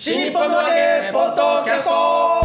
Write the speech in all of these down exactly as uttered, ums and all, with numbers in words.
新日本の揚げポッドキャスト。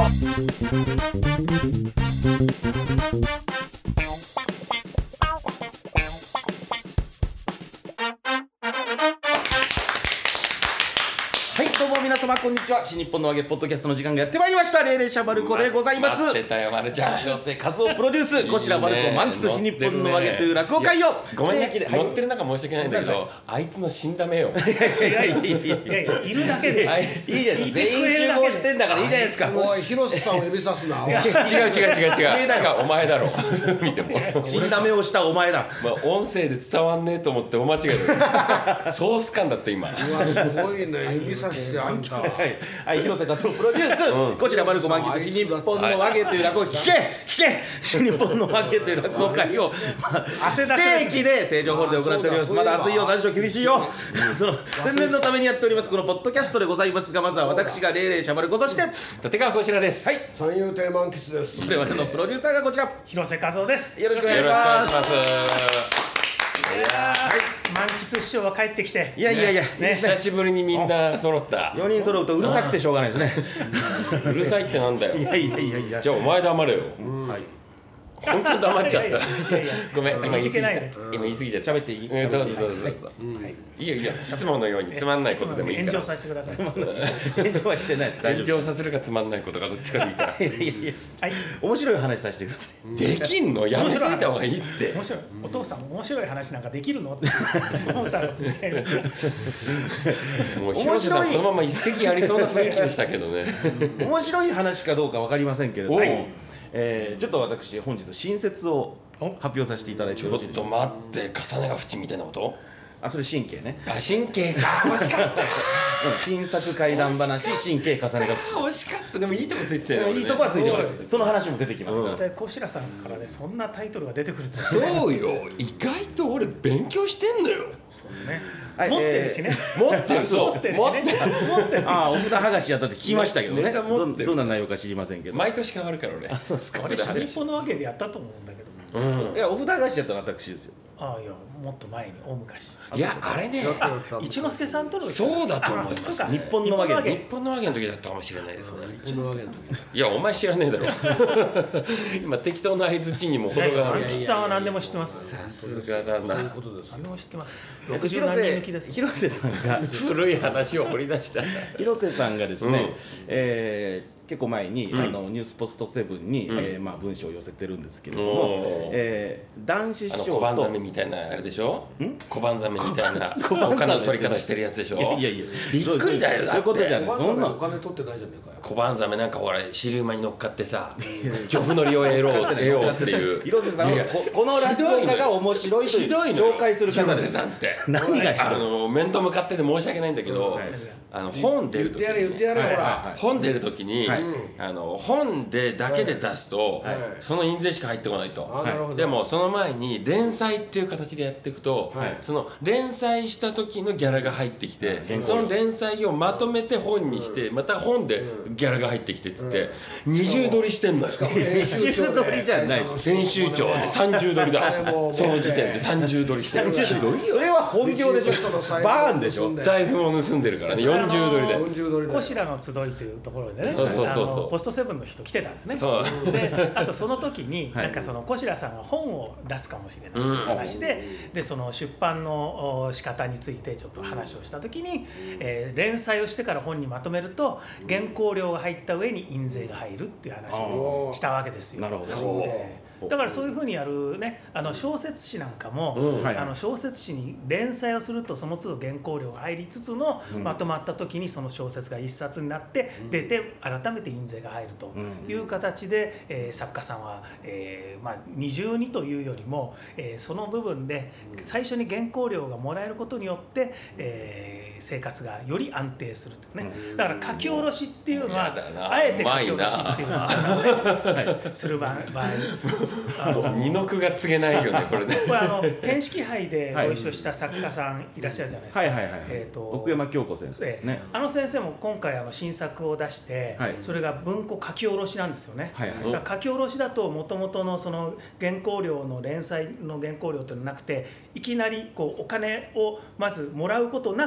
はい、どうも皆様こんにちは。新日本の揚げポッドキャストの時間がやってまいりました。霊霊シャバルコでございます。 待ってたよ、まるちゃん。 広瀬和夫プロデュース、こちらバルコ満喫新日本の揚げという落語会をごめんね、 不定期で乗ってる中申し訳ないんだけど、あいつの死んだ目よ。 いやいやいやいやいや、いるだけであいついいじゃないですか。全員集合してんだからいいじゃないですか。 おい、広瀬さんを指さすな。 違う違う違う違う違う、お前だろ。見ても。 死んだ目をしたお前だ。 まあ音声で伝わんねえと思ってお間違いだ。ソース感だった今。 うわ、すごいね、指さしてあんた。 はい、はい、広瀬和夫プロデュース、 うんこちらバルコ満喫新日本の揚げという落語、聞け聞け新日本の揚げという落語会を不定期で成城ホールで行っております。まだ暑いよ、残暑厳しいよ。その宣伝のためにやっておりますこのポッドキャストでございますが、まずは私が霊霊シャバルコ、そして立川こちらです。 はい、 三遊亭満喫です。 我々のプロデューサーがこちら、 広瀬和夫です。 よろしくお願よろしくおいします願いします。 いやー、満喫師匠は帰ってきて、 いやいやいや、 ね久しぶりにみんな揃った。 よにん揃うとうるさくてしょうがないですね。 うるさいってなんだよ。 いやいやいやいや、 じゃあお前黙れよ。 はい、 本当に黙っちゃった。 いやいやいやごめん、今言い過ぎた。 いじけないで今言い過ぎちゃった。 喋っていい？ うん、どうぞどうぞどうぞ。 はいいいよいいよ。いつものようにつまんないことでもいいから炎上。させてください。 炎上はしてないです。大勉丈夫強させるかつまんないことかどっちかでいいから。 です。いやいやいや、 はい。 面白い話させてください。 できんのやめといた方がいいって。 面白い。お父さん面白い話なんかできるのって思ったのみたいな。 もう広瀬さんこのまま一席ありそうな雰囲気でしたけどね。 面白い話かどうかわかりませんけれども、 おうえーちょっと私本日新説を発表させていただいてちょっよろしいでしょうか。 と待って重ねが縁みたいなこと？ あ、それ神経ね。 あ、神経か。惜しかった。 新作怪談話、神経重ねが惜しかった。でもいいとこついてたよね。 いいとこはついてます。その話も出てきますから。 うんで、小白さんからね、そんなタイトルが出てくるってね。 そうよ。意外と俺勉強してんのよ。 そうね。 はい持ってるしね。 持ってる。そう。 持ってるしね持ってる。 持ってる。 ああ、お札剥がしやったって聞きましたけどね。 ネタ持どってるどんな内容か知りませんけど。 毎年変わるから俺。 そうですか。 あれ新日本のわけでやったと思うんだけど。 うん。 いや、お札剥がしやったのは私ですよ。 ああ、いや、もっと前に大昔。 いやあれね。 あ、一之輔さんとの。 そうだと思いますあそうか日本のわけ日本の和芸の時だったかもしれないですね。 一之輔さん。 いやお前知らねえだろ。今適当な相槌にも程がある。 満喫さんは何でも知ってますよ。 さすがだな。 ということです。 何でも知ってます。 広六十何人抜きです。 瀬広瀬さんが古い話を掘り出した。 広瀬さんがですね、 うんえー結構前に、 うんあのニュースポストセブンに、 うんえーまあ、文章を寄せてるんですけれども、 おーえー男子師あの匠と小判ザメみたいなあれでしょ？ ん小判ザメみたいな小判ザメお金の取り方してるやつでしょ？ いやいやいやびっくりだよそういうことじゃないおそんなお金取ってないじゃねえかよ。 小判ザメなんかほら尻馬に乗っかってさ漁夫の利を得ろう得ようっていう。 広瀬さんいやはここの落語家が面白いというひどいのよ紹介する方広です瀬さんって。 何があの面と向かってて申し訳ないんだけど、 はいあの本出る時言ってやれ言ってやれほはいはいら。 はい本出る時に、 はいあの本でだけで出すと、 はいその印税しか入ってこないと、 あ、なるほど。 でもその前に連載っていう形でやっていくと、 はいその連載した時のギャラが入ってきて、 原稿その連載をまとめて本にして、また本でギャラが入ってきてっつって、二重取りしてんのよ。 編集長編集取りじゃないでしょ編集長で三重取りだ。その時点で三重取りしてる。 それは本業でしょバーンでしょ財布も盗んでるからね、四重取りで。 四十ドルで。 コシラの集いというところでね、 そうそうそうそうあのポストセブンの人来てたんですね。 そうで、あとその時に、 はいなんかそのコシラさんが本を出すかもしれないという話で、でその出版のお仕方についてちょっと話をした時に、えー連載をしてから本にまとめると原稿料が入った上に印税が入るっていう話をしたわけですよ。 なるほどえーだからそういうふうにやるね、あの小説誌なんかも、 うんはいあの小説誌に連載をするとその都度原稿料が入りつつの、 うんまとまった時にその小説が一冊になって出て改めて印税が入るという形で、えー作家さんは、えーまあ、二重にというよりも、えーその部分で最初に原稿料がもらえることによって、えー生活がより安定するというね、だから書き下ろしっていうのはやだなあえて書き下ろしっていうのはあのねはいする場合あの二の句が告げないよねこれね。 これあの天式杯でご一緒した作家さんいらっしゃるじゃないですか。 はいはいはい、 えーと奥山京子先生ですね。 あの先生も今回あの新作を出して、 はいそれが文庫書き下ろしなんですよね。 はいはいだから書き下ろしだともともとのその原稿料の連載の原稿料というのはなくて、いきなりこうお金をまずもらうことなく原稿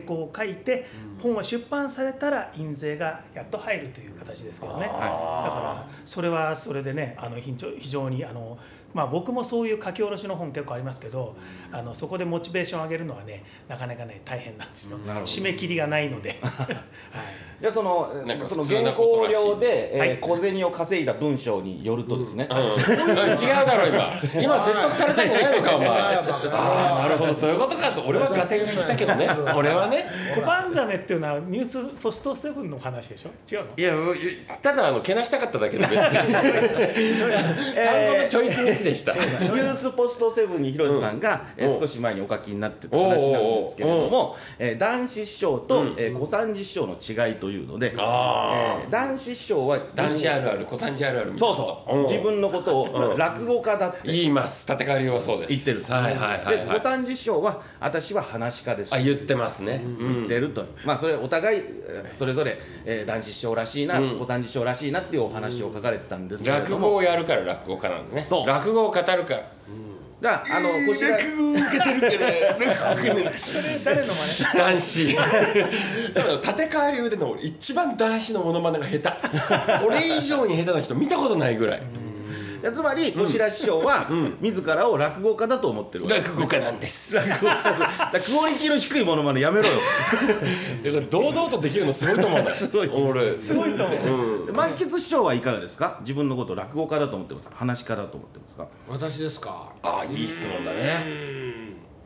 稿を書いて、本が出版されたら印税がやっと入るという形ですけどね。だからそれはそれでね、あの非常非常にあの、まあ、僕もそういう書き下ろしの本結構ありますけど、あのそこでモチベーションを上げるのはね、なかなかね大変なんですよ。締め切りがないので。はい、 じゃあそのその原稿料で、えー、小銭を稼いだ文章によるとですね、 うんうん、違うだろ今今説得されたんじゃないのかお前。ああなるほどそういうことかと俺はガテン言ったけどね俺はね。 コバンザメっていうのはニュースポストセブンの話でしょ。違うの？ いやただあのけなしたかっただけで別に単語のチョイスミスでした。 ニュースポストセブンに広瀬さんが、うん、えー、少し前にお書きになってた話なんですけれども、えー、談志師匠と、うん、えー、小三治師匠の違いというので、あ、えー、談志師匠は談志あるある小三治あるあるみたいなそうそう自分のことを落語家だって言います。立川流はそうです言ってる。 はいはいはい、はい、 で小三治師匠は私は話し家です。 あ言ってますね、 うん、言ってると。まあそれお互いそれぞれ、えー、談志師匠らしいな、うん、小三治師匠らしいなっていうお話を書かれてたんですけれども、 落語をやるから落語家なんでね。落語を語るから、うん、 じゃああのこちら落語を受けてるからそれ誰の真似？ 男子立川流での一番男子のモノマネが下手俺以上に下手な人見たことないぐらい。 つまりこちら師匠は、うん、自らを落語家だと思ってるわけ。 落語家なんです。 落語家だクオリティの低いものまでやめろよ。 だから堂々とできるのすごいと思うんだよ。すごい俺すごいと思う、うん、満喫師匠はいかがですか？自分のことを落語家だと思ってますか？話し家だと思ってますか？ 私ですか。 ああいい質問だね。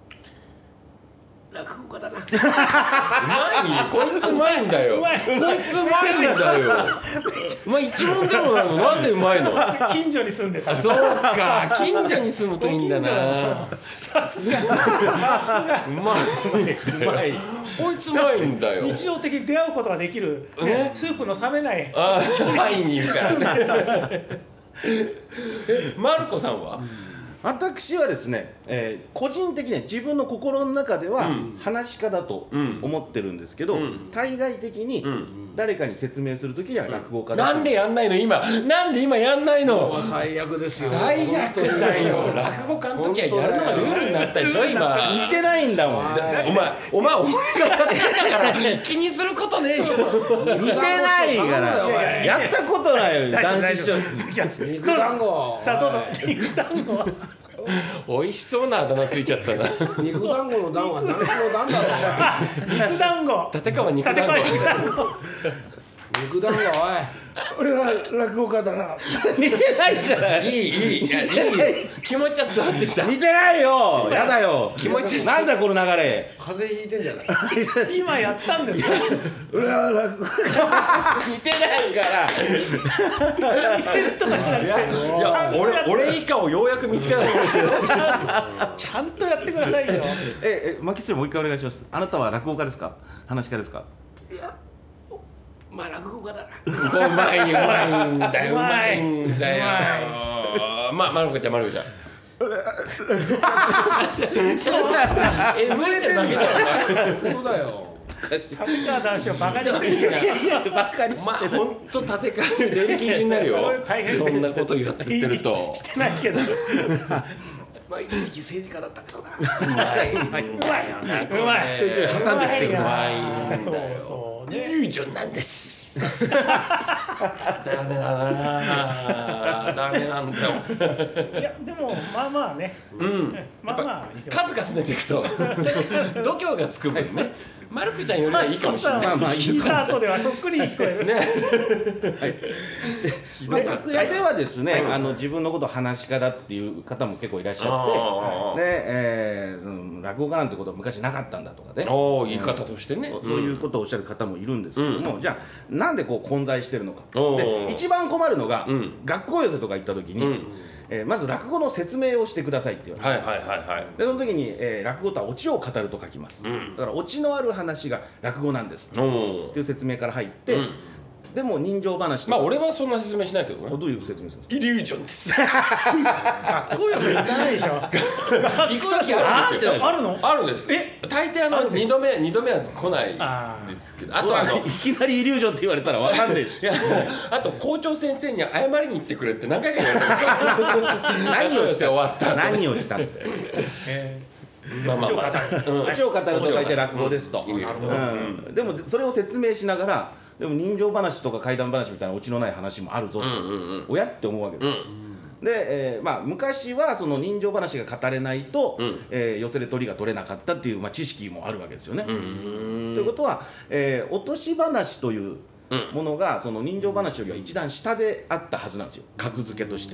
落語家だな。うまいこいつうまいんだよ。こいつうまいんだよ。お前一問でもなのなんでうまいの？ 近所に住んでた。 あそうか近所に住むといいんだな。 さすがさすがうまいうまいこいつうまいんだよ。 日常的に出会うことができる、ね、スープの冷めないあ前にいるからえマルコさんは？ 私はですね、えー、個人的には自分の心の中では話し家だと思ってるんですけど、うん、対外的に誰かに説明するときには落語家だと、 うん、なんでやんないの今なんで今やんないの？ 最悪ですよ。 最悪だよ。落語家の時はやるのがルールになったでしょ今。 似てないんだもん。お前お前俺がやってたから気にすることねえじゃん。 似てないからやったことないよ。男子師匠肉団子。 さあどうぞ肉団子。 美味しそうなあだ名ついちゃったな。 肉団子の団は何の団だろう。肉団子。 立川肉団子。 肉団子おい。俺は落語家だな。 似てないから。 いいいいいやいい気持ちは伝わってきた。 似てないよ。やだよ。 気持ちなんだこの流れ。 風邪ひいてんじゃない。 今やったんですよ。 俺は落語家。 似てないから。 似てるとかじゃなくて。 いや俺俺以下をようやく見つけたかもしれない。 ちゃんとやってくださいよ。 ええマキスもう一回お願いします。あなたは落語家ですか？話し家ですか？ いや。まあ落語家だな。 うまいうまいんだようまいんだよ。まあマルコちゃんマルコちゃん。そうだ。えずいて投げた。 そうだよ。 立川談志をバカにしてる。 バカにしてる。 まあ本当立川流出入り禁止になるよ。そんなこと言ってると。 してないけど。 まあ一時期政治家だったけどな。 うまいうまいうまいうまい。 ちょいちょい挟んできてください。 そうそう。 イリュージョンなんです。ダメだなダメなんだよ。 いやでもまあまあね、 うん、 まあまあ数重ねていくと度胸がつく分ねマルクちゃんよりはいいかもしれない。 まあまあ聞いた後ではそっくり聞こえるね。 楽屋ではですね、あの自分のことを話し家だっていう方も結構いらっしゃって、で、えー、落語家なんてことは昔なかったんだとかね、 言い方としてね、 そういうことをおっしゃる方もいるんですけども、じゃあなんでこう混在してるのか。で一番困るのが、学校寄せとか行った時に、えー、まず落語の説明をしてくださいって言われて、でその時に、えー、落語とはオチを語ると書きます、うん、だからオチのある話が落語なんですっていう説明から入って、うん、でも人情話とか、 まあ俺はそんな説明しないけどね。 どういう説明するんですか？ イリュージョンです。 学校寄せ行かないでしょ。 行く時あるんですよ。 あるの？ あるんです。え、大抵あの二度目二度目は来ないですけど、あとあのいきなりイリュージョンって言われたらわかんないし。 いや、あと校長先生に謝りに行ってくれって何回か言われた。 何をして終わった。 何をしたって。 まあまあ一応語る一応語ると書いて落語ですと。 なるほど。 うんでもそれを説明しながら、でも人情話とか怪談話みたいなオチのない話もあるぞと、親って思うわけです。で、えーまあ、昔はその人情話が語れないと、うんえー、寄せで鳥が取れなかったっていう、まあ、知識もあるわけですよね。ということは、えー、落とし話というものがその人情話よりは一段下であったはずなんですよ、格付けとして。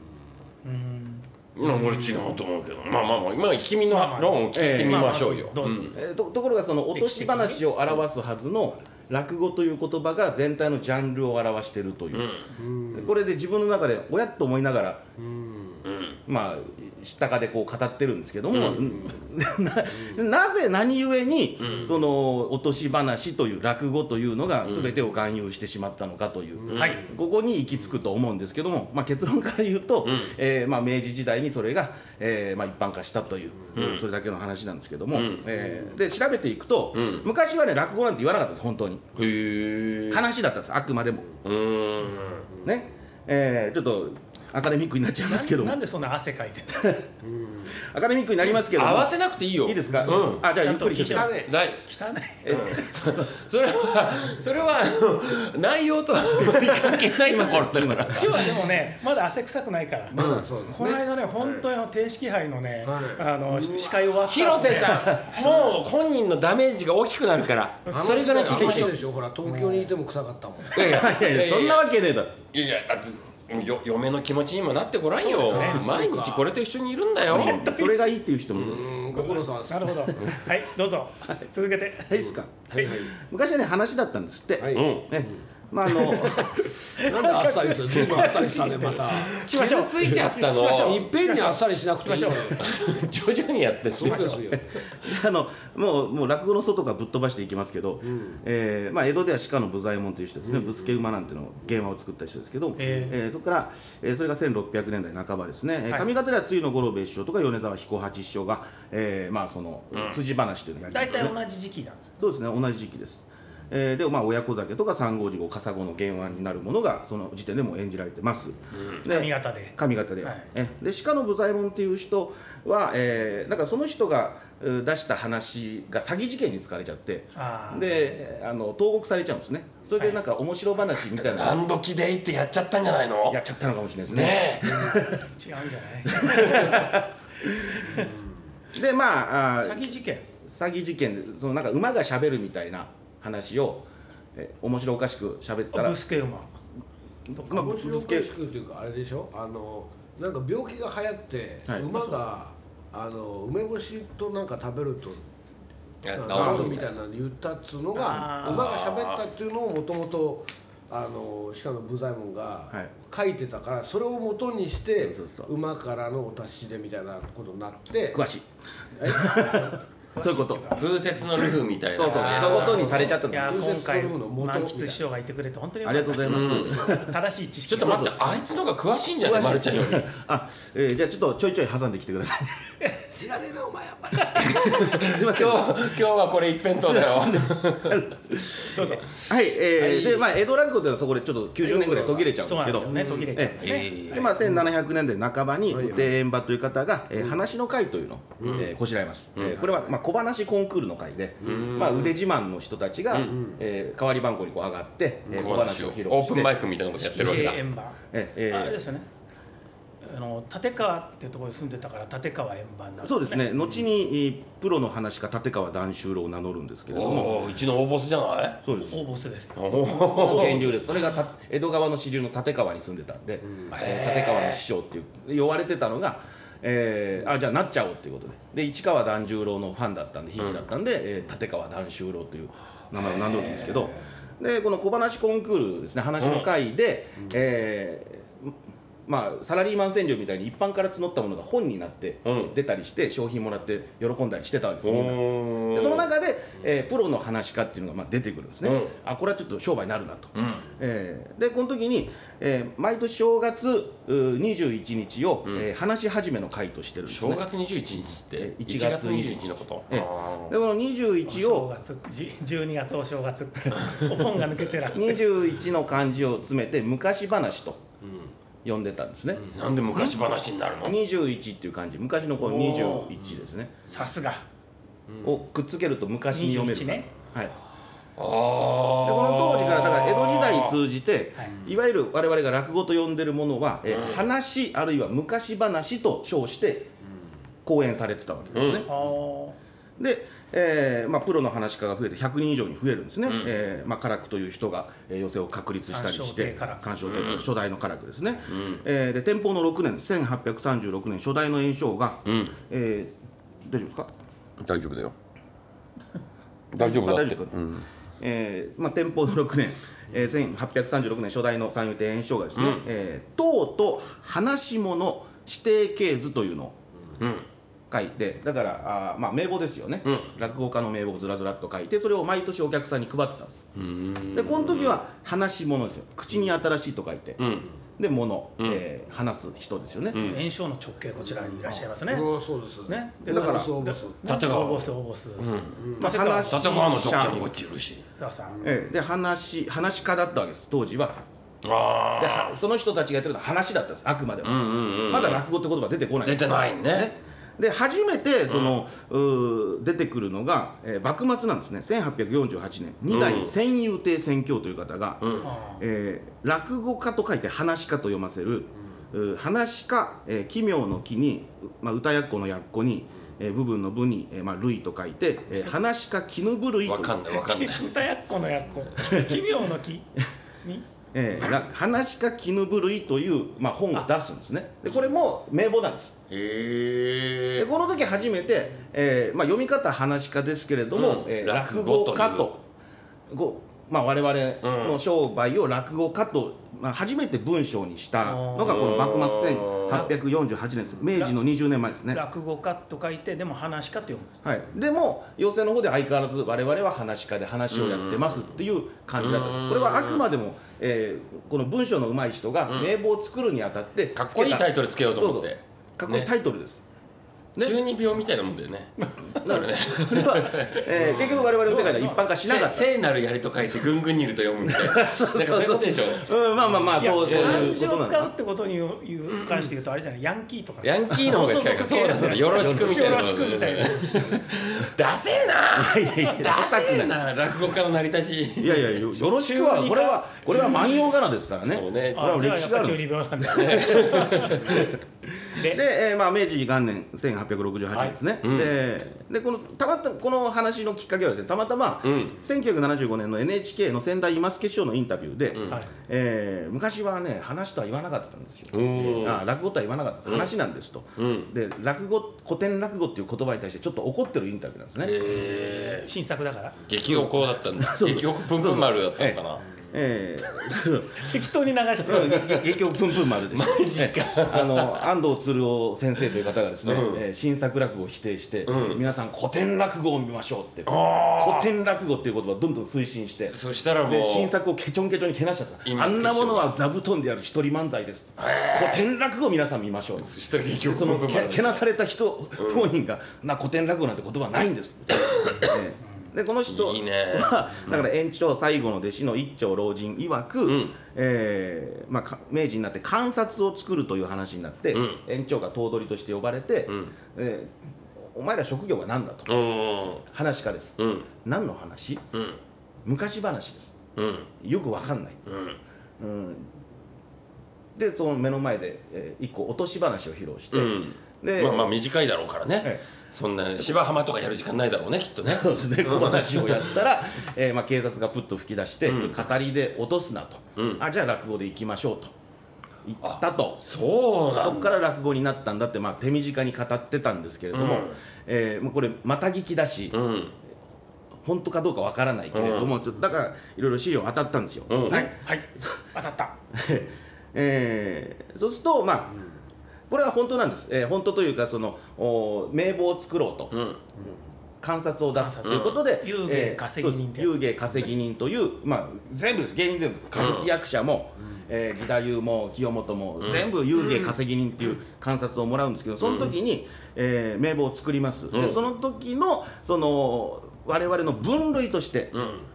うん、俺違うと思うけど、まあまあまあ今君の論を聞いてみましょうよ。 ところがその落とし話を表すはずの落語という言葉が全体のジャンルを表しているという、うん、これで自分の中で親と思いながら、うん、まあ知ったかでこう語ってるんですけども、うん、な, なぜ何故に、うん、その落とし話という落語というのが全てを含有してしまったのかという、うん、ここに行き着くと思うんですけども、まあ、結論から言うと、うんえーまあ、明治時代にそれが、えーまあ、一般化したという、うん、それだけの話なんですけども、うんえー、で調べていくと、うん、昔はね落語なんて言わなかったんです本当に。へ話だったんですあくまでも。うーんねえー、ちょっとアカデミックになっちゃいますけどもな, なんでそんな汗かいてるアカデミックになりますけども慌てなくていいよ。 いいですか、うん、あじゃあゆっくりしてください。 汚いそれはそれはあの内容とは関係ないところだから今日はでもねまだ汗臭くないから、まだそうですね、この間ね本当に定式杯のね、はい、あの司会終わった、ね、 広瀬さんもう本人のダメージが大きくなるからそれから聞きましょう。 ほら東京にいても臭かったもん。いやいやいやそんなわけねえだろ。 いやいやだってよ嫁の気持ちにもなってごらんよ、ね、毎日これと一緒にいるんだよ。 それがいいっていう人もいる。 ご苦労様です。 なるほど。はいどうぞ続けて。 はいいいですか。はいはい、昔はね話だったんですって。はい、ねまああのなんであっさりする。随分あっさりしたねまた。 傷ついちゃったの。 いっぺんにあっさりしなくていい。徐 々にやってそうですよ。 あのもうもう落語の外からぶっ飛ばしていきますけど、うんえーまあ、江戸では鹿の武左衛門という人ですね、うん、ぶつけ馬なんていうの原話を作った人ですけど、えーえー、そこから、えー、それがせんろっぴゃくねんだいなかばですね、はい、上方では露の五郎兵衛師匠とか米沢彦八師匠が、えーまあ、その辻話というのをやりますね。 大体同じ時期なんですね。 そうですね同じ時期です。えー、でまあ親子酒とか三号次号笠子の原案になるものがその時点でも演じられてます、 うん、で上方で上方で、はい、えで鹿の武左衛門っていう人は、えー、なんかその人が出した話が詐欺事件に使われちゃってであの投獄されちゃうんですね。それでなんか面白話みたいな、 はい、何時でいってやっちゃったんじゃないの。 やっちゃったのかもしれないですね。ね違うんじゃないでまあ詐欺事件詐欺事件でそのなんか馬がしゃべるみたいな話をえ面白おかしく喋ったらブスケ馬まあ面白おかしくっていうかあれでしょあのなんか病気が流行って、はい、馬があの梅干しとなんか食べると治るみたいなの言ったっつうのが馬が喋ったっていうのをもともとあの鹿の武左衛門が書いてたから、はい、それを元にして馬からのお達しでみたいなことになって詳しいそういうこと風雪のルフみたいなそうそうそういうことにされちゃったの。 いや今回満喫師匠がいてくれて本当にありがとうございます、 うん、正しい知識。 ちょっと待ってあいつのが詳しいんじゃないまるちゃんよりあ、えー、じゃあちょっとちょいちょい挟んできてください知らねえなお前やっぱり今日今日はこれ一辺倒だよどうぞ。 はい、えーはい、でまあ江戸落語というのはそこでちょっときゅうじゅうねんぐらい途切れちゃうんですけどそうなんですよね途切れちゃうんですね、えー、でまあせんななひゃくねんだいなかばに宇定円馬という方が、えー、話の会というのを、うんえー、こしらえます、うんえー、これはまあ小話コンクールの会で、まあ、腕自慢の人たちが、うんえー、代わり番号にこう上がって、えー、小話を披露してオープンマイクみたいなことやってるわけだ。 円盤、えーえー、あれですよねあの立川っていうところに住んでたから立川円盤なんですね。 そうですね後にプロの話家立川談秋郎を名乗るんですけれどもうちの大ボスじゃない。 そうです大ボスですよ源流です。それがた江戸川の支流の立川に住んでたんで、うん、立川の師匠っていう呼ばれてたのがえー、あじゃあなっちゃおうということでで市川團十郎のファンだったんでひいきだったんで、うんえー、立川談秋郎という名前を名乗るんですけどでこの小話コンクールですね話の会で、うんえーまあ、サラリーマン川柳みたいに一般から募ったものが本になって出たりして商品もらって喜んだりしてたわけですよ。でその中で、えー、プロの話家っていうのがまあ出てくるんですね、うん、あこれはちょっと商売になるなと、うんえー、でこの時に、えー、毎年正月にじゅういちにちを、うんえー、話し始めの会としてるんですね。 正月にじゅういちにちっていちがつにじゅういちのこと、えー、 でこのにじゅういちを正月じゅうにがつお正月お盆が抜けてらにじゅういちの漢字を詰めて昔話と、うん呼んでたんですね。 なんで昔話になるの？ にじゅういちっていう漢字、昔のこのにじゅういちですね。 さすがをくっつけると昔に読める。 にじゅういちね。 はい。 あでこの当時からだから江戸時代に通じて、はい、いわゆる我々が落語と呼んでるものは、えー、話あるいは昔話と称して講演されてたわけですね。うん、で、えーまあ、プロの話家が増えてひゃくにん以上に増えるんですね。うん、えーまあ、唐句という人が、えー、寄席を確立したりして鑑賞亭、うん、初代の唐句ですね。うん、えー、で天保のろくねんせんはっぴゃくさんじゅうろくねん初代の圓生が、うん、えー、大丈夫ですか？ 大丈夫だよ。大丈夫だって。 えーまあ、天保のろくねん、えー、せんはっぴゃくさんじゅうろくねん初代の三遊亭圓生がですね、うん、えー、唐と話物指定系図というのを書いて、だからあ、まあ、名簿ですよね、うん、落語家の名簿をずらずらっと書いて、それを毎年お客さんに配ってたんです。でこの時は話物ですよ、口に新しいと書いて、うん、で物、うん、えー、話す人ですよね。 圓生の直系こちらにいらっしゃいますね。 そうですね。 だから立川ボスボス、 立川の直系もこっちいるし、 で話話家だったわけです当時は。あでその人たちがやってるのは話だったんです、あくまでも。まだ落語って言葉出てこない。 出てないね。 で初めてその、うん、出てくるのが、えー、幕末なんですね。せんはっぴゃくよんじゅうはちねんに代千遊亭千京という方が、うん、えー、落語家と書いて話家と読ませる、うん、話家、えー、奇妙の奇に、まあ、歌やっこのやっこに、えー、部分の部に、えーまあ、類と書いて、えー、話家絹部類という。 わかんないわかんない。 歌やっこのやっこ奇妙の奇にえー、話家絹部類という、まあ、本を出すんですね。でこれも名簿なんです。へでこの時初めて、えーまあ、読み方話家ですけれども、うん、えー、落語家とこう、まあ、我々の商売を落語家と、まあ、初めて文章にしたのがこの幕末せんはっぴゃくよんじゅうはちねんです。明治のにじゅうねんまえですね。 落語家と書いてでも話家って読むんです。 はい、でも寄席の方で相変わらず我々は話家で話をやってますっていう感じだったんです。これはあくまでも、えー、この文章の上手い人が名簿を作るにあたってかっこいいタイトルつけようと思って。 そうそうかっこいいタイトルです。 ね、中二病みたいなもんだよね。 それね。これは、えー、結局我々の世界では一般化しなかった。 聖なる槍と書いてぐんぐんにいると読むみたいな。なんかそういうことでしょ。 うん、まあまあまあそうそういうことなんだ。漢字を使うってことに関して言うとあれじゃない、ヤンキーとか。 ヤンキーの方が近いから。そうだそうだ。よろしくみたいな。 よろしくみたいな。 ダセえな。いやいやいや。ダセえな。落語家の成り立ち。 いやいやよろしくはこれはこれは万葉仮名ですからね。 そうね。 これは歴史がある。中二病なんだね。で、えー、まあ明治元年せんはっぴゃくろくじゅうはちねんですね。はい、うん、で, でこのたまたこの話のきっかけはですね、たまたま、うん、せんきゅうひゃくななじゅうごねんの エヌエイチケー の先代今助師匠のインタビューで、うん、えー、昔はね話とは言わなかったんですよ。あ落語とは言わなかった、うん、話なんですと。うん、で落語古典落語っていう言葉に対してちょっと怒ってるインタビューなんですね。 えー、新作だから激おこだったんだ。激おこぷんぷん丸だったのかな。 えー、適当に流してる劇曲プンプン丸です。 あの安藤鶴夫先生という方がですね、うん、えー、新作落語を否定して、うん、皆さん古典落語を見ましょうって古典落語っていう言葉をどんどん推進して、 そしたらもうで新作をケチョンケチョンにけなしちゃった。あんなものは座布団である一人漫才です。古典落語を皆さん見ましょう。 そしたら劇曲そのけけなされた人、うん、当人がな古典落語なんて言葉はないんです。ねでこの人は、 いいね、 だから延長最後の弟子の一丁老人曰く、うん、えーまあ、明治になって観察を作るという話になって、うん、延長が頭取として呼ばれて、うん、えー、お前ら職業は何だと、話家です、うん、何の話、うん、昔話です、うん、よくわかんない、うんうん、でその目の前で、えー、一個落とし話を披露して、うん、 でまあまあ短いだろうからね、ええ、そんな芝浜とかやる時間ないだろうねきっとね。 そうですね。この話をやったら、えー、まあ警察がプッと吹き出して、うん、語りで落とすなと、うん、あじゃあ落語で行きましょうと言ったと。 そうなんだ。 そこから落語になったんだって、まあ、手短に語ってたんですけれども、うん、えー、もうこれまた聞きだし、うん、本当かどうかわからないけれども、うん、だからいろいろ資料当たったんですよ。うん、 はいはい当たった。 えー、そうするとまあ、うん、これは本当なんです、えー、本当というかその名簿を作ろうと、うん、観察を出すということで、 うん、有芸稼ぎ人ってやつ、 有芸稼ぎ人という、まあ、全部です芸人全部歌舞伎役者も、うん、えー、義太夫も清本も、うん、全部有芸稼ぎ人っていう観察をもらうんですけど、その時に、えー、名簿を作ります、うん、でその時のその我々の分類として、うん、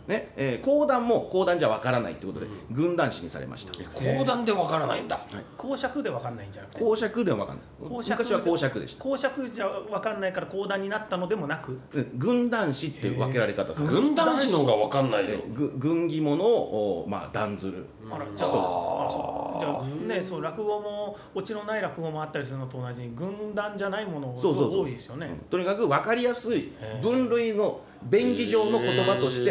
ねえー、講談も講談じゃわからないってことで軍談師にされました。 講談でわからないんだ。 講釈でわかんないんじゃなくて。 講釈でわかんない。昔は講釈でした。 講釈じゃわかんないから講談になったのでもなく、 軍談師っていう分けられ方。 軍談師の方がわかんないよ。 軍技物をまあ談ずる。 あら、じゃあ、じゃあね、そう落語もオチのない落語もあったりするのと同じに軍談じゃないものすごい多いですよね。 とにかく分かりやすい分類の便宜上の言葉として、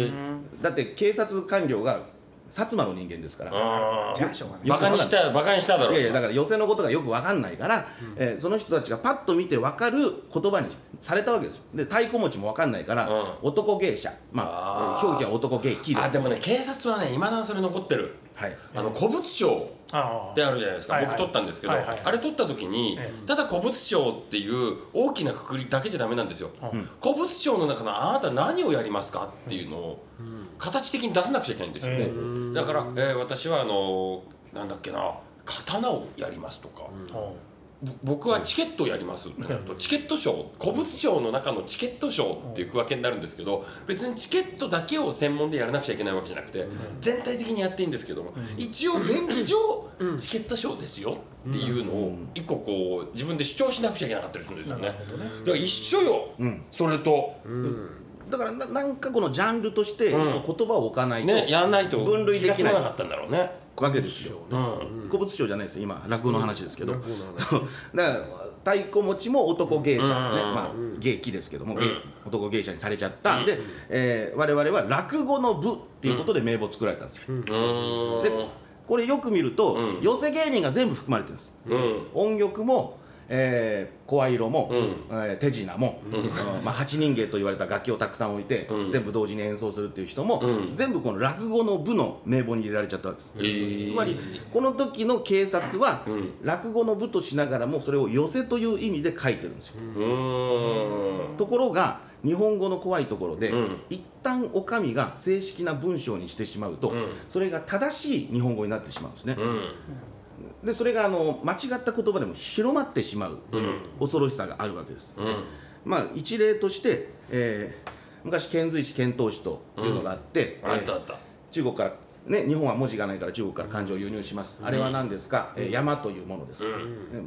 だって警察官僚が薩摩の人間ですから、 じゃあしょうがない。 バカにしたバカにしただろう。 いやいや、だから寄席のことがよく分かんないから、うん、えー、その人たちがパッと見て分かる言葉にされたわけですよ。で太鼓持ちも分かんないから、うん、男芸者、まあ、あ表記は男芸器です。 あ、でもね、警察はね、いまだにそれ残ってる。はい、あの古物商ってあるじゃないですか。僕取ったんですけど、あれ取った時にただ古物商っていう大きなくくりだけじゃダメなんですよ。うん、古物商の中のあなた何をやりますかっていうのを形的に出さなくちゃいけないんですよね。だから、えー、私はあのなんだっけな、刀をやりますとか、うん、僕はチケットをやりますってなると、チケットショー、古物商の中のチケットショーっていう区分けになるんですけど、別にチケットだけを専門でやらなくちゃいけないわけじゃなくて、全体的にやっていいんですけども、一応便宜上チケットショーですよっていうのを一個こう自分で主張しなくちゃいけなかったりするんですよね。だから一緒よ、うん、それと。うん、 だからな、なんかこのジャンルとして言葉を置かないと、 ね、やらないと分類できないなかったんだろうね。 わけですよ。古物商じゃないですよ、今落語の話ですけど。だから太鼓持ちも男芸者ね、まあ芸器ですけども、男芸者にされちゃった。で、えー、我々は落語の部っていうことで名簿作られたんですよ。で、これよく見ると寄席芸人が全部含まれてるんです。音曲もえー、声色も、うん、えー、手品も、うん、まあ、八人芸と言われた楽器をたくさん置いて、うん、全部同時に演奏するっていう人も、うん、全部この落語の部の名簿に入れられちゃったわけです、えー、つまりこの時の警察は、うん、落語の部としながらもそれを寄席という意味で書いてるんですよ。うん、ところが日本語の怖いところで、うん、一旦お上が正式な文章にしてしまうと、うん、それが正しい日本語になってしまうんですね。うん、でそれがあの間違った言葉でも広まってしまうという恐ろしさがあるわけです、うん、まあ一例として、えー、昔遣隋使遣唐使というのがあって、うん、えー、 あったあった。 中国からね、日本は文字がないから中国から漢字を輸入します、うん、あれは何ですか、うん、えー、山というものです、うん、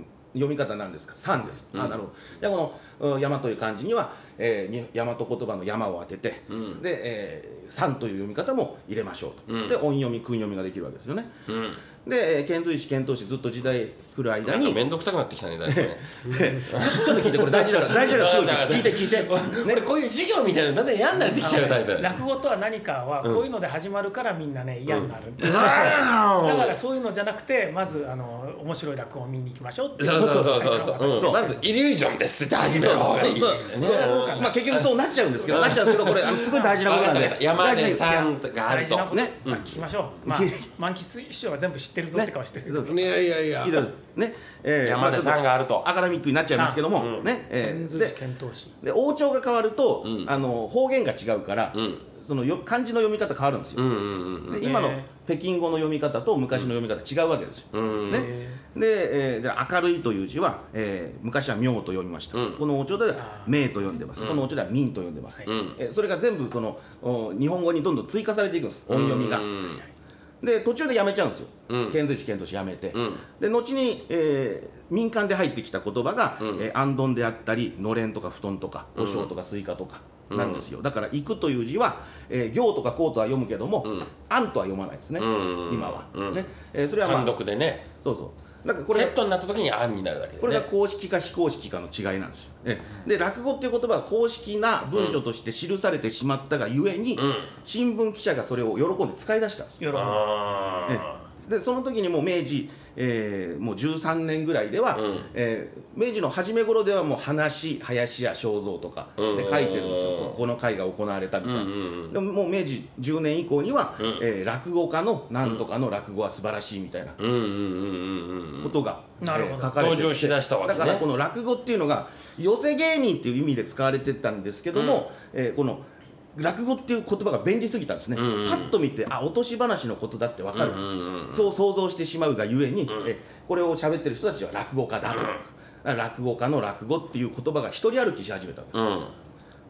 読み方なんですか、山です、うん、あ、なるほど。でこの山という漢字には、えー、大和言葉の山を当てて、うん、で、えー、山という読み方も入れましょうと、うん、で音読み訓読みができるわけですよね、うん、で遣隋使遣唐使ずっと時代振る間になんか面倒くさくなってきたね、だいぶねちょっと聞いて、これ大事だから大事だから、聞いて聞いて、 これこういう授業みたいなのだんだん嫌になってきちゃうタイプ。 落語とは何かはこういうので始まるからみんなね嫌になるんです、うん、だからそういうのじゃなくて、まずあの面白い落語を見に行きましょうって。 そうそうそうそうそう、うん、まずイリュージョンですって始める方がいい。 まあ結局そうなっちゃうんですけど、なっちゃうんですけど、これすごい大事なことなんで、 山で山があるとね、聞きましょう。まあ満喫師匠は全部知ってるぞって顔してる。 いやいやいや、 ね、 山で山があるとアカデミックになっちゃいますけどもね、で王朝が変わるとあの方言が違うから、その漢字の読み方変わるんですよ。で今の北京語の読み方と昔の読み方違うわけですよ。ね、で、えー、明るいという字は、えー、昔は明と読みました、うん、この王朝では明と読んでます、うん、この王朝では明と読んでます、うん、えー、それが全部その日本語にどんどん追加されていくんです、音読みが。で途中でやめちゃうんですよ、遣隋使遣唐使やめて、うん、で後に、えー、民間で入ってきた言葉が、うん、えー、あんどんであったりのれんとか布団とかお尚とかスイカとかなんですよ、うん、だから行くという字は、えー、行とかこうとは読むけども、うん、あんとは読まないですね、うん、今は、うん、ね、えー、それは、まあ、 単独でね、 そうそう、だからこれセットになった時に「あん」になるだけで、ね、 これが公式か非公式かの違いなんですよ。で落語っていう言葉は公式な文書として記されてしまったがゆえに、うん、新聞記者がそれを喜んで使い出したんですよ。でその時にもう明治、えー、もうじゅうさんねんぐらいでは、うん、えー、明治の初め頃ではもう話林家正蔵とかで書いてるんですよ、この会が行われたみたいな。でももう明治じゅうねん以降には、うん、えー、落語家のなんとかの落語は素晴らしいみたいなことが書かれてて、 登場しだしたわけね。 だからこの落語っていうのが寄席芸人っていう意味で使われてたんですけども、うん、えー、この落語っていう言葉が便利すぎたんですね、うんうん、パッと見てあ落とし話のことだって分かる、うんうんうん、そう想像してしまうがゆえに、うん、えこれを喋ってる人たちは落語家だと、うん、落語家の落語っていう言葉が一人歩きし始めたわけです、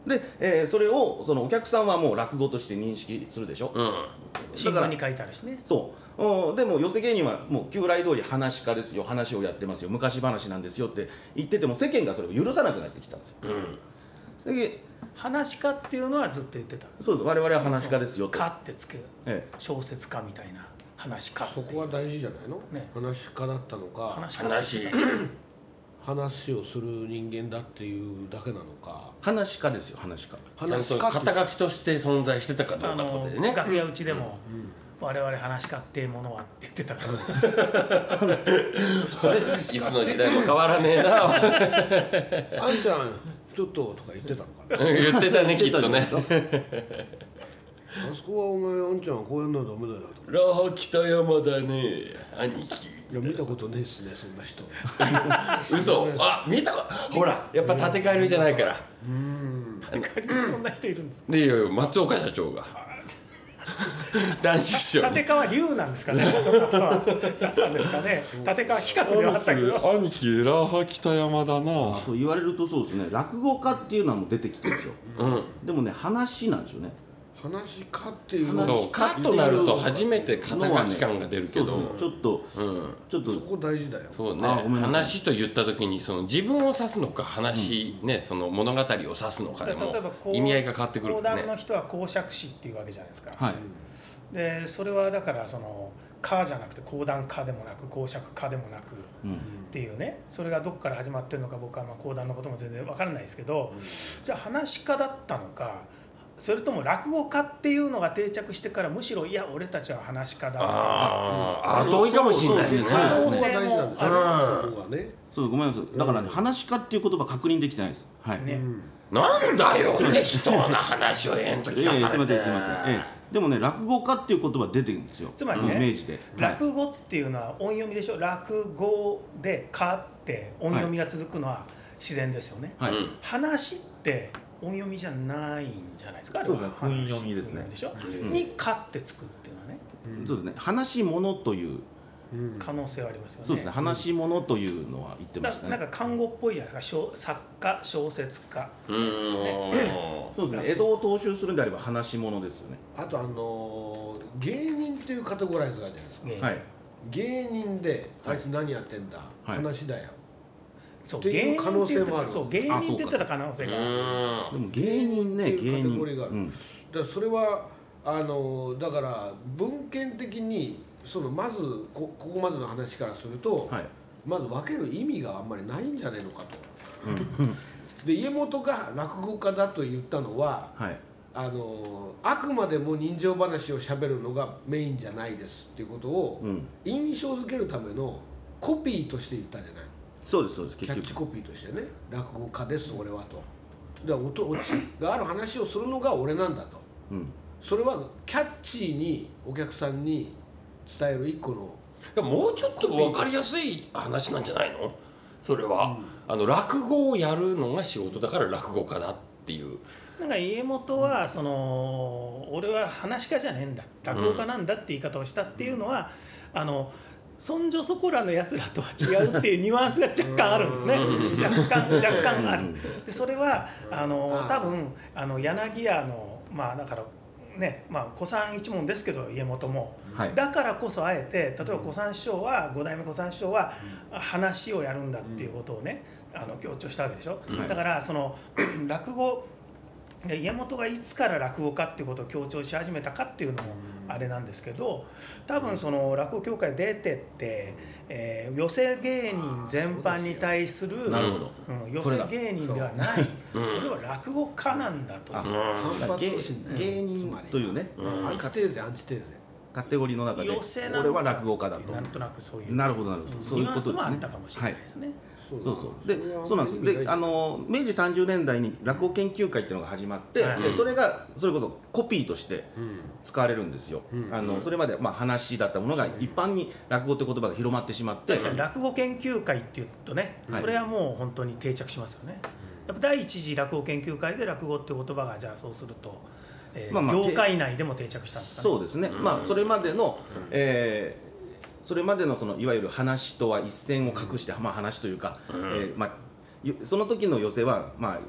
で、えー、それをそのお客さんはもう落語として認識するでしょ、うん、 新聞に書いてあるしね。 そうでも寄席芸人はもう旧来通り話家ですよ、話をやってますよ、昔話なんですよって言ってても世間がそれを許さなくなってきたんですよ、うん、で話家っていうのはずっと言ってた。 そうです、我々は話家ですよと家ってつける、ええ、小説家みたいな話家。 そこは大事じゃないの、ね、話家だったのか、 話話をする人間だっていうだけなのか。 話家ですよ、話家。 話家肩書きとして存在してたかどうかってことでね。 楽屋うちでも、うんうん、我々話家っていうものはって言ってたからいつの時代も変わらねえな。 あんちゃんちょっととか言ってたのかな。 言ってたね、きっとね。 あそこはお前あんちゃんはこうやんなダメだよとか。 ラハ北山だね兄貴。 いや見たことねえっすねそんな人。 嘘。あ見たことほらやっぱ立て替えるじゃないから。 うん。立て替えるそんな人いるんですか。 でいや松岡社長が。男子師匠。 立川龍なんですかね。だったんですかね。立川企画ではあったけど。 兄貴ラハ北山だな。 そう言われるとそうですね。落語家っていうのはもう出てきてるんですよ。うん。でもね話なんですよね。 話家っていうのそうカッとなると初めて肩書き感が出るけど、 ちょっと、うん、ちょっとそこ大事だよ。 そうね。話と言った時にその自分を指すのか話、うん、ねその物語を指すのかでも意味合いが変わってくるからね。 講談の人は講釈師っていうわけじゃないですか。 はい。 でそれはだからその家じゃなくて講談家でもなく講釈家でもなくっていうね、それがどこから始まってるのか僕はまあ講談のことも全然わからないですけど、うん、じゃあ話家だったのか。それとも落語家っていうのが定着してからむしろいや俺たちは話家だああ遠いかもしれないですね。 可能性もある。そこがね。 そうごめんなさい。だからね話家っていう言葉確認できてないです。はい。 なんだよ適当な話をえんと聞かされて。 すみませんすみません。でもね落語家っていう言葉出てるんですよ。 つまりね明治で落語っていうのは音読みでしょ。落語で家って音読みが続くのは自然ですよね。話って音読みじゃないんじゃないですか。 そうですね。訓読みですね。 でしょ。に「か」ってつくっていうのはね。 そうですね。話し物という可能性はありますよね。 そうですね。話し物というのは言ってましたね。 なんか漢語っぽいじゃないですか。作家、小説家。 そうですね。江戸を踏襲するんであれば話し物ですよね。 あとあの芸人っていうカテゴライズがあるじゃないですか。 はい。 芸人であいつ何やってんだ。話だよ。 そう芸人可能性もある。そう芸人って言ってた可能性がある。 でも芸人ね芸人。 だからそれはあのだから文献的にそのまず こ, ここまでの話からすると、はい、まず分ける意味があんまりないんじゃないのかと。で家元が落語家だと言ったのは、はい、あのあくまでも人情話をしゃべるのがメインじゃないですっていうことを、うん、印象づけるためのコピーとして言ったんじゃない。 そうですそうです。 キャッチコピーとしてね落語家です俺はと。でオチがある話をするのが俺なんだと、うん、それはキャッチーにお客さんに伝える一個のもうちょっと分かりやすい話なんじゃないのそれは、うん、あの落語をやるのが仕事だから落語家だっていう。 なんか家元はその俺は話し家じゃねえんだ落語家なんだって言い方をしたっていうのは、うん、あのそんじょそこらのやつらとは違うっていうニュアンスが若干あるんですね。若干若干ある。でそれはあの多分あの柳家のまあだからねまあ古参一門ですけど家元も、はい、だからこそあえて例えば古参師匠は五代目古参師匠は話をやるんだっていうことをねあの強調したわけでしょ。はい、だからその落語家元がいつから落語家っていうことを強調し始めたかっていうのもあれなんですけど多分その落語協会出てって、えー、寄席芸人全般に対する、うん、寄席芸人ではない俺は落語家なんだと芸人というねアンチテーゼアンチテーゼカテゴリーの中で俺は落語家だとなんとなくそういうなるほどなるほどそういうことですね。 ニュアンスもあったかもしれないですね。 そうそうでそうなんですであの明治さんじゅうねんだいに落語研究会っていうのが始まって、はい、でそれがそれこそコピーとして使われるんですよ、うん、あのそれまでまあ話だったものが一般に落語って言葉が広まってしまって確かに落語研究会っていうとね、はい、それはもう本当に定着しますよね。やっぱ第一次落語研究会で落語っていう言葉がじゃあそうすると、えーまあまあ、業界内でも定着したんですかね。 そうですね、うん、まあそれまでの、えーそれまでのそのいわゆる話とは一線を画して、まあ、話というか、うんえーまあ、その時の寄席は、まあ、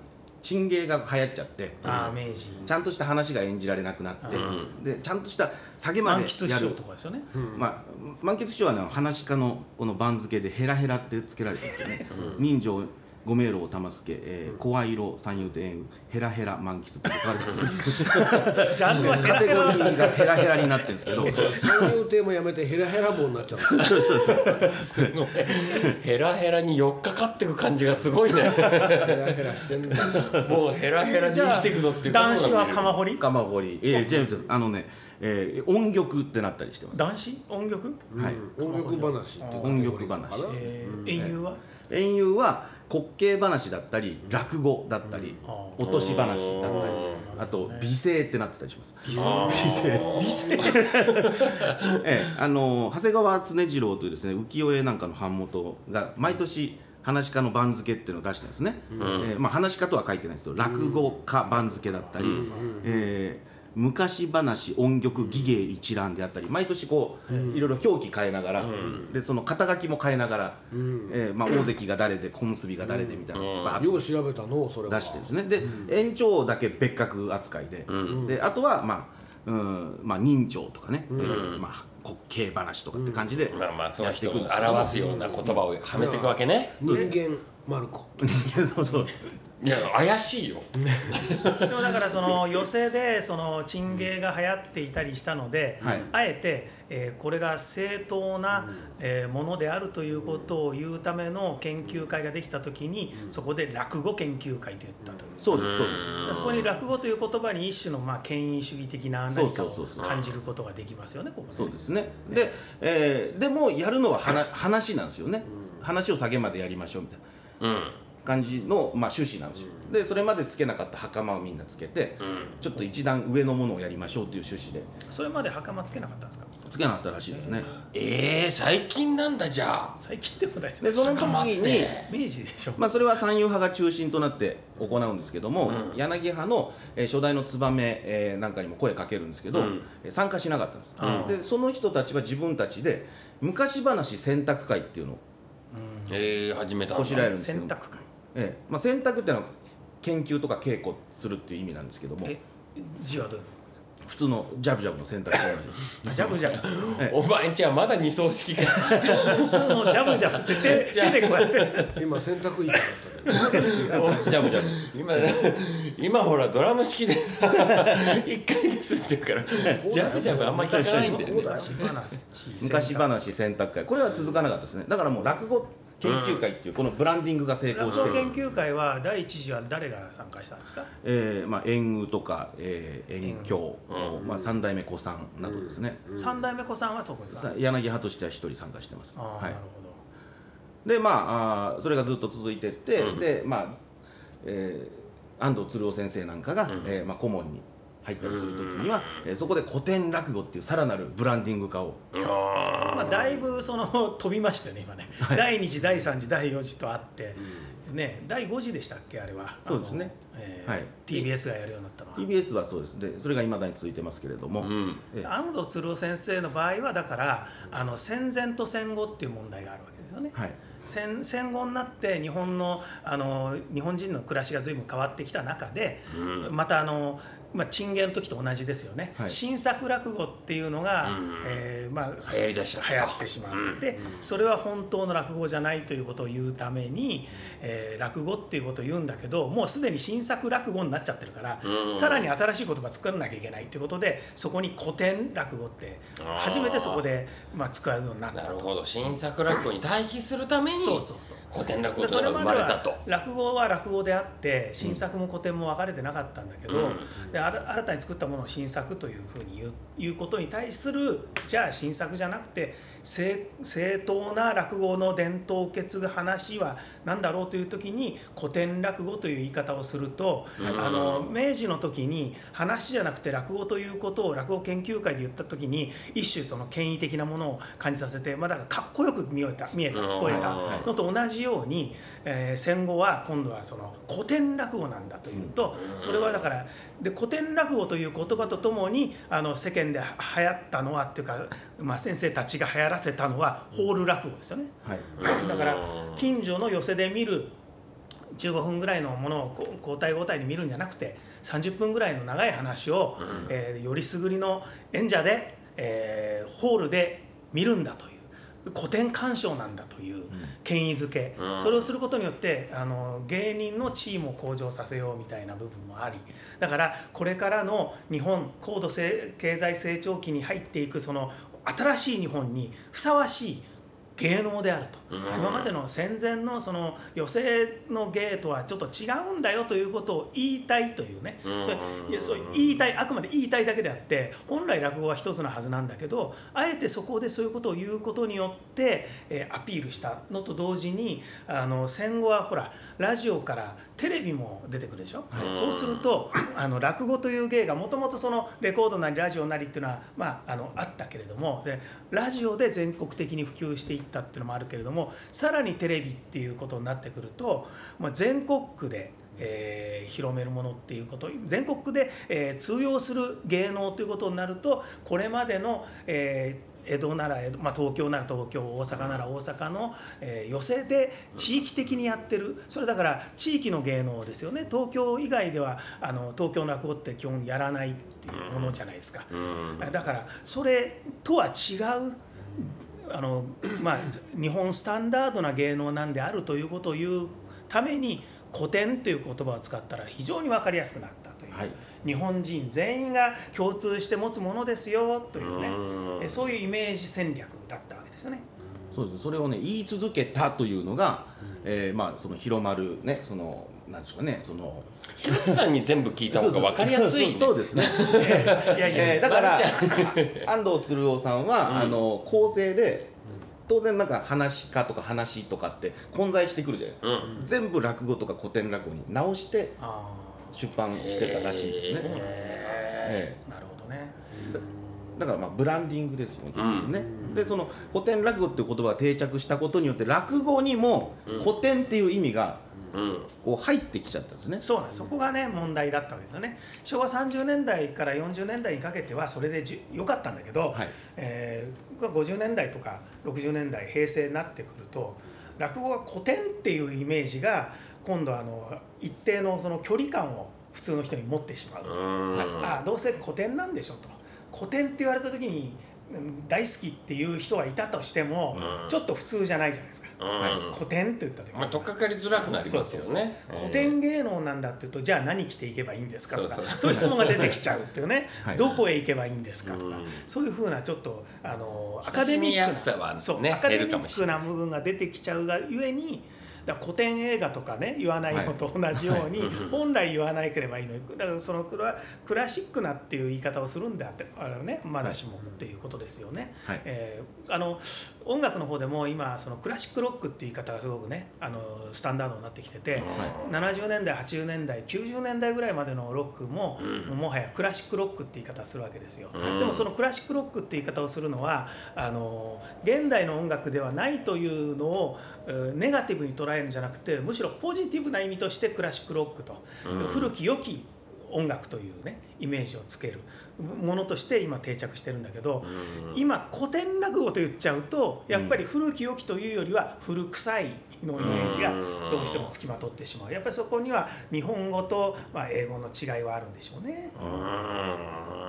チンゲーが流行っちゃって、 ああ明治ちゃんとした話が演じられなくなって、でちゃんとした下げまでやる。満喫師匠とかですよね。 まあ満喫師匠はね、話家のこの番付でヘラヘラってつけられてるんですけどね。人情ご迷路を玉助、えー、声色三遊亭ヘラヘラ満喫って書かれてるんですけどジャンルはカテゴリーがヘラヘラになってるんですけど三遊亭もやめてヘラヘラ棒になっちゃうすごいヘラヘラに寄っかかってく感じがすごいねヘラヘラしてんだもうヘラヘラに生きていくぞっていう男子は釜掘り釜掘りええジェームズあのねえー、音曲ってなったりしてます。 男子音曲はい、 音曲話って音曲話、 えー、演謡は演謡は滑稽話だったり落語だったり、うん、落とし話だったり、あと美声ってなってたりします。 美声美声ええ、あの長谷川常次郎というですね浮世絵なんかの版元が毎年話家の番付っていうのを出してるんですね。うん、えー、まあ話家とは書いてないですけど落語家番付だったり、うん、えー昔話音曲技芸一覧であったり毎年こう、うん、いろいろ表記変えながら、うん、でその肩書きも変えながら、うん、えーまあ、大関が誰で小結が誰でみたいなのをよう調べたのそれは出してるんですね。で、うん、園長だけ別格扱いで、うん、であとはまあ、うんまあ、人情とかね、うん、えー、まあ滑稽話とかって感じで、 うん、まあまあその人を表すような言葉をはめていくわけね。 人間マルコそうそういや怪しいよでもだからその寄席でそのチンゲーが流行っていたりしたので、はい、あえて、えー、これが正当な、えー、ものであるということを言うための研究会ができた時にそこで落語研究会と言ったと。 そうですそうです。 そこに落語という言葉に一種のまあ権威主義的な何かを感じることができますよね。ここねそうですね。で、えー、でもやるのは話なんですよね。話を下げまでやりましょうみたいな。うん感じの、まあ、趣旨なんですよ。うん、でそれまでつけなかった袴をみんなつけて、うん、ちょっと一段上のものをやりましょうという趣旨で。 それまで袴つけなかったんですか？ つけなかったらしいですね。 ええー、最近なんだじゃあ。 最近でもないですね。 でその時に明治でしょ。 まあそれは三遊派が中心となって行うんですけども、うん、柳派の、えー、初代の燕、えー、なんかにも声かけるんですけど、うん、参加しなかったんです。うん、でその人たちは自分たちで昔話選択会っていうのを、 うん、えー、始めたんです。 こしらえるんですけど。 選択会。 ええまあ、選択っていうのは研究とか稽古するっていう意味なんですけども、 え字はどういうの？ 普通のジャブジャブの選択と同じジャブジャブ、 ええ、お前んちはまだ二層式か普通のジャブジャブって手, 手でこうやって今選択いいかったねジャブジャブ今今ほらドラム式で一回で済んじゃうからジャブジャブあんまり聞かないんだよね。 昔話選択会これは続かなかったですね。だからもう落語研究会っていうこのブランディングが成功してる。 落語研究会は第一次は誰が参加したんですか？ えー、まあ演舞とか、えー、演京、うん、まあ三代目小さんなどですね。 うん、三代目小さんはそこですか？ 柳派としては一人参加してます。 あ、はい、なるほど。でまああそれがずっと続いてって、うん、でまあ、えー、安藤鶴夫先生なんかが、うん、えー、まあ顧問に入ったりするときには、えー、そこで古典落語っていうさらなるブランディング化を、 まあ、だいぶその飛びましたよね今ね、はい、だいに次だいさん次だいよん次とあって、うん、ねだいご次でしたっけあれは。 そうですね、 えーはい、ティービーエス がやるようになったのはティービーエス はそうです。でそれがいまだに続いてますけれども、うん、 えー、安藤鶴夫先生の場合はだからあの戦前と戦後っていう問題があるわけですよね。はい、戦, 戦後になって日本のあの日本人の暮らしが随分変わってきた中で、うん、またあのまあ、チンゲの時と同じですよね、はい、新作落語っていうのが、うん、えーまあ、 流行りだした流行ってしまって、うん、それは本当の落語じゃないということを言うために、えー、落語っていうことを言うんだけどもうすでに新作落語になっちゃってるから、うん、さらに新しい言葉作らなきゃいけないということでそこに古典落語って初めてそこで、まあ、使うようになったと。 なるほど、新作落語に対比するために古典落語というのが生まれたと。 落語は落語であって新作も古典も分かれてなかったんだけど、うん、で新たに作ったものを新作というふうに言う、言うことに対するじゃあ新作じゃなくて 正, 正当な落語の伝統を受け継ぐ話は何だろうという時に古典落語という言い方をすると、うん、あの明治の時に話じゃなくて落語ということを落語研究会で言った時に一種その権威的なものを感じさせて、まあ、だからかっこよく見えた見えた聞こえたのと同じように、えー、戦後は今度はその古典落語なんだというと、それはだからで古典落語という言葉とともにあの世間で流行ったのはっていうか、まあ、先生たちが流行らせたのはホール落語ですよね、はい、だから近所の寄席で見るじゅうごふんぐらいのものを交代交代に見るんじゃなくてさんじゅっぷんぐらいの長い話を、うん、えー、よりすぐりの演者で、えー、ホールで見るんだという古典鑑賞なんだという権威づけ、うん、それをすることによってあの芸人の地位も向上させようみたいな部分もあり、だからこれからの日本高度経済成長期に入っていくその新しい日本にふさわしい芸能であると、うん、今までの戦前のその寄席の芸とはちょっと違うんだよということを言いたいというね、うん、それいやそう言いたい、あくまで言いたいだけであって本来落語は一つのはずなんだけど、あえてそこでそういうことを言うことによって、えー、アピールしたのと同時に、あの戦後はほらラジオからテレビも出てくるでしょ、うん、そうするとあの落語という芸がもともとそのレコードなりラジオなりっていうのは、まあ、あのあったけれども、でラジオで全国的に普及していったっていうのもあるけれども、さらにテレビっていうことになってくると、まあ、全国区で、えー、広めるものっていうこと、全国区で、えー、通用する芸能ということになると、これまでの、えー江戸なら江戸、まあ、東京なら東京、大阪なら大阪の、えー、寄席で地域的にやってる、それだから地域の芸能ですよね。東京以外ではあの東京の落語って基本やらないっていうものじゃないですか。だからそれとは違うあの、まあ、日本スタンダードな芸能なんであるということを言うために古典という言葉を使ったら非常に分かりやすくなったという、はい、日本人全員が共通して持つものですよというね、うそういうイメージ戦略だったわけですよね。 そうです。それをね言い続けたというのが、えー、まあその広まるね、そのなんでしょうかね、その広瀬さんに全部聞いた方が分かりやすいね。 そうですね。いやいや、えー、だから安藤鶴夫さんは、うん、あの構成で当然なんか話し家とか話とかって混在してくるじゃないですか、うん、全部落語とか古典落語に直して出版してたらしいですね。そうなんですか。えー、 なるほどね。 だからまあブランディングですよね、結局ね。うん、でその古典落語っていう言葉が定着したことによって落語にも古典っていう意味がこう入ってきちゃったんですね。 そうなんです。そこがね問題だったわけですよね。しょうわさんじゅうねんだいからよんじゅうねんだいにかけてはそれで良かったんだけど、はい、えー、ごじゅうねんだいとかろくじゅうねんだい平成になってくると落語が古典っていうイメージが今度あの一定のその距離感を普通の人に持ってしまうと、ああどうせ古典なんでしょと、古典って言われた時に大好きっていう人がいたとしても、うん、ちょっと普通じゃないじゃないですか、うん、古典って言った時に、 まあ、取っかかりづらくなりますよね。 そうそうそう、古典芸能なんだって言うと、じゃあ何着ていけばいいんですかとか、そうそうそういう質問が出てきちゃうっていうねはい、どこへ行けばいいんですかとか、うん、そういうふうなちょっとあのアカデミックな、ね、そうアカデミックな部分が出てきちゃうがゆえに、だから古典映画とかね言わないのと同じように、はい、本来言わなければいいのに、だからそのクラ、クラシックなっていう言い方をするんであってあれね、まだしもっていうことですよね。はい、えー、あの音楽の方でも今そのクラシックロックっていう言い方がすごくねあのスタンダードになってきてて、はい、ななじゅうねんだいはちじゅうねんだいきゅうじゅうねんだいぐらいまでのロックも、うん、もはやクラシックロックって言い方をするわけですよ。うん、でもそのクラシックロックって言い方をするのはあの現代の音楽ではないというのをネガティブに捉えるんじゃなくて、むしろポジティブな意味としてクラシックロックと、うん、古き良き音楽というねイメージをつけるものとして今定着してるんだけど、うん、今古典落語と言っちゃうとやっぱり古き良きというよりは古臭いのイメージがどうしてもつきまとってしまう。やっぱりそこには日本語とまあ英語の違いはあるんでしょうね。うん、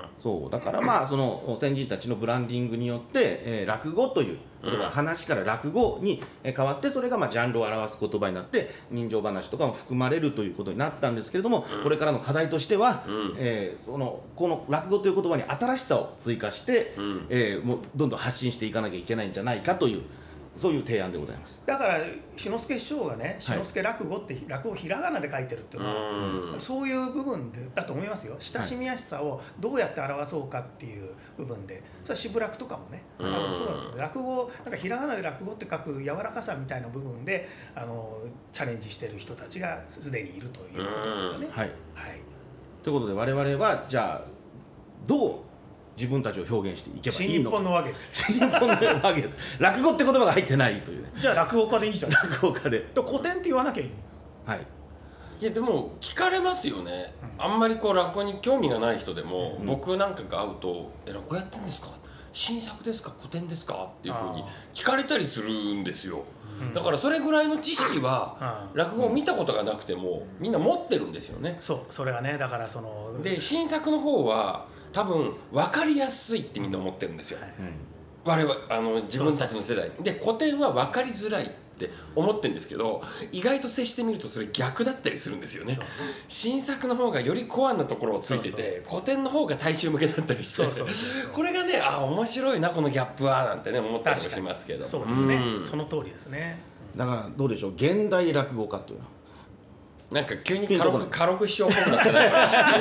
そうだからまあその先人たちのブランディングによって、えー、落語という言葉、話から落語に変わって、それがまあジャンルを表す言葉になって人情話とかも含まれるということになったんですけれども、これからの課題としては、うんえー、そのこの落語という言葉に新しさを追加して、うんえー、もうどんどん発信していかなきゃいけないんじゃないかという、そういう提案でございます。 だから志の輔師匠がね、志の輔落語って落語をひらがなで書いてるっていうのは、はい、そういう部分でだと思いますよ。親しみやすさをどうやって表そうかっていう部分で、それは渋落とかもね、多分そうだと思う。落語なんかひらがなで落語って書く柔らかさみたいな部分であのチャレンジしてる人たちがすでにいるということですよね。 はい、はい、ということで我々はじゃあどう自分たちを表現していけばいいのか。 新日本のわけです。 新日本のわけ。落語って言葉が入ってないというね。 じゃあ落語家でいいじゃん。 落語家で。 古典って言わなきゃいい。 はい。 いやでも聞かれますよね。うん、あんまりこう落語に興味がない人でも、うん、僕なんかが会うと「え落語やってんですか?」 新作ですか古典ですかっていうふうに聞かれたりするんですよ。だからそれぐらいの知識は落語を見たことがなくてもみんな持ってるんですよね。 そうそれはねだからそので新作の方は多分分かりやすいってみんな思ってるんですよ、はい、我々あの自分たちの世代で古典は分かりづらいって思ってるんですけど意外と接してみるとそれ逆だったりするんですよね。新作の方がよりコアなところをついてて古典の方が大衆向けだったりしてこれがねあ面白いなこのギャップはなんてね思ったりもしますけどそうですね、うん、その通りですね。 だからどうでしょう現代落語家というのはなんか急に軽く軽く師匠っぽくなってないい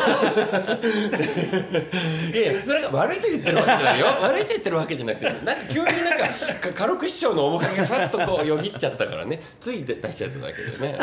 やいやそれが悪いと言ってるわけじゃないよ悪いと言ってるわけじゃなくてなんか急になんか軽く師匠の面影がさっとこうよぎっちゃったからねつい出しちゃっただけでね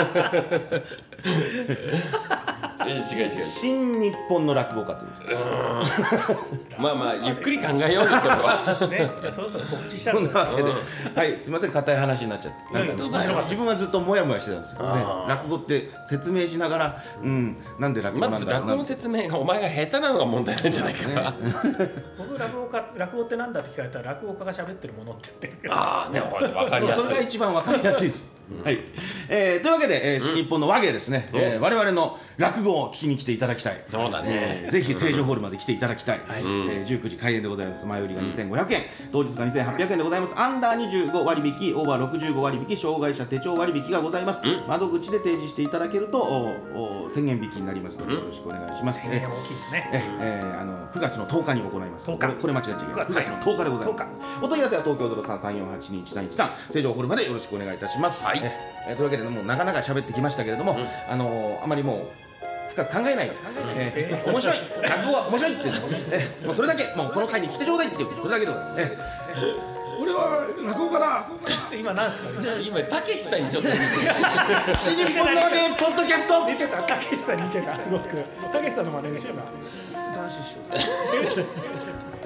違う違う新日本の落語家というまあまあゆっくり考えようよそれはねじゃあそろそろ告知したらそんなわけで、うん、はいすみません硬い話になっちゃってなんか自分はずっとモヤモヤしてたんですよね落語って説明しながら、うん、なんで落語なんだろうまず落語の説明がお前が下手なのが問題なんじゃないかな、ね、 僕落語家落語ってなんだって聞かれたら落語家が喋ってるものって言ってるけどああね分かりやすいそれが一番分かりやすいですはい、えー、というわけで、えー、新日本の話芸ですね、うんえー、我々の落語を聞きに来ていただきたいそうだね、 えー、ぜひ成城ホールまで来ていただきたい、はいえー、じゅうくじ開演でございます。前売りがにせんごひゃくえん、当日がにせんはっぴゃくえんでございます。アンダーにじゅうご割引、オーバーろくじゅうご割引、障害者手帳割引がございます。窓口で提示していただけるとおおせんえん引きになりますのでよろしくお願いします。 せんえん大きいですね。 ええー、あのくがつのとおかに行います。 とおかこれ間違っちゃいけない。くがつのとおかでございます。お問い合わせは東京ゼロさん さんよんはちにいちさんいちさん成城ホールまでよろしくお願いいたします。はい、えー、というわけでもう長々喋ってきましたけれども、うん、あのー、あまりもう深く考えないで、えー、面白い落語は面白いって、えー、もうそれだけもうこの会に来てちょうだいっていうそれだけでございますね。 俺は落語家だ。 今なんですか。 今たけしさんにちょっと似てる。 新日本のねポッドキャスト。 似てた。たけしさん似てた。すごく。たけしさんの真似でしょ。男子師匠。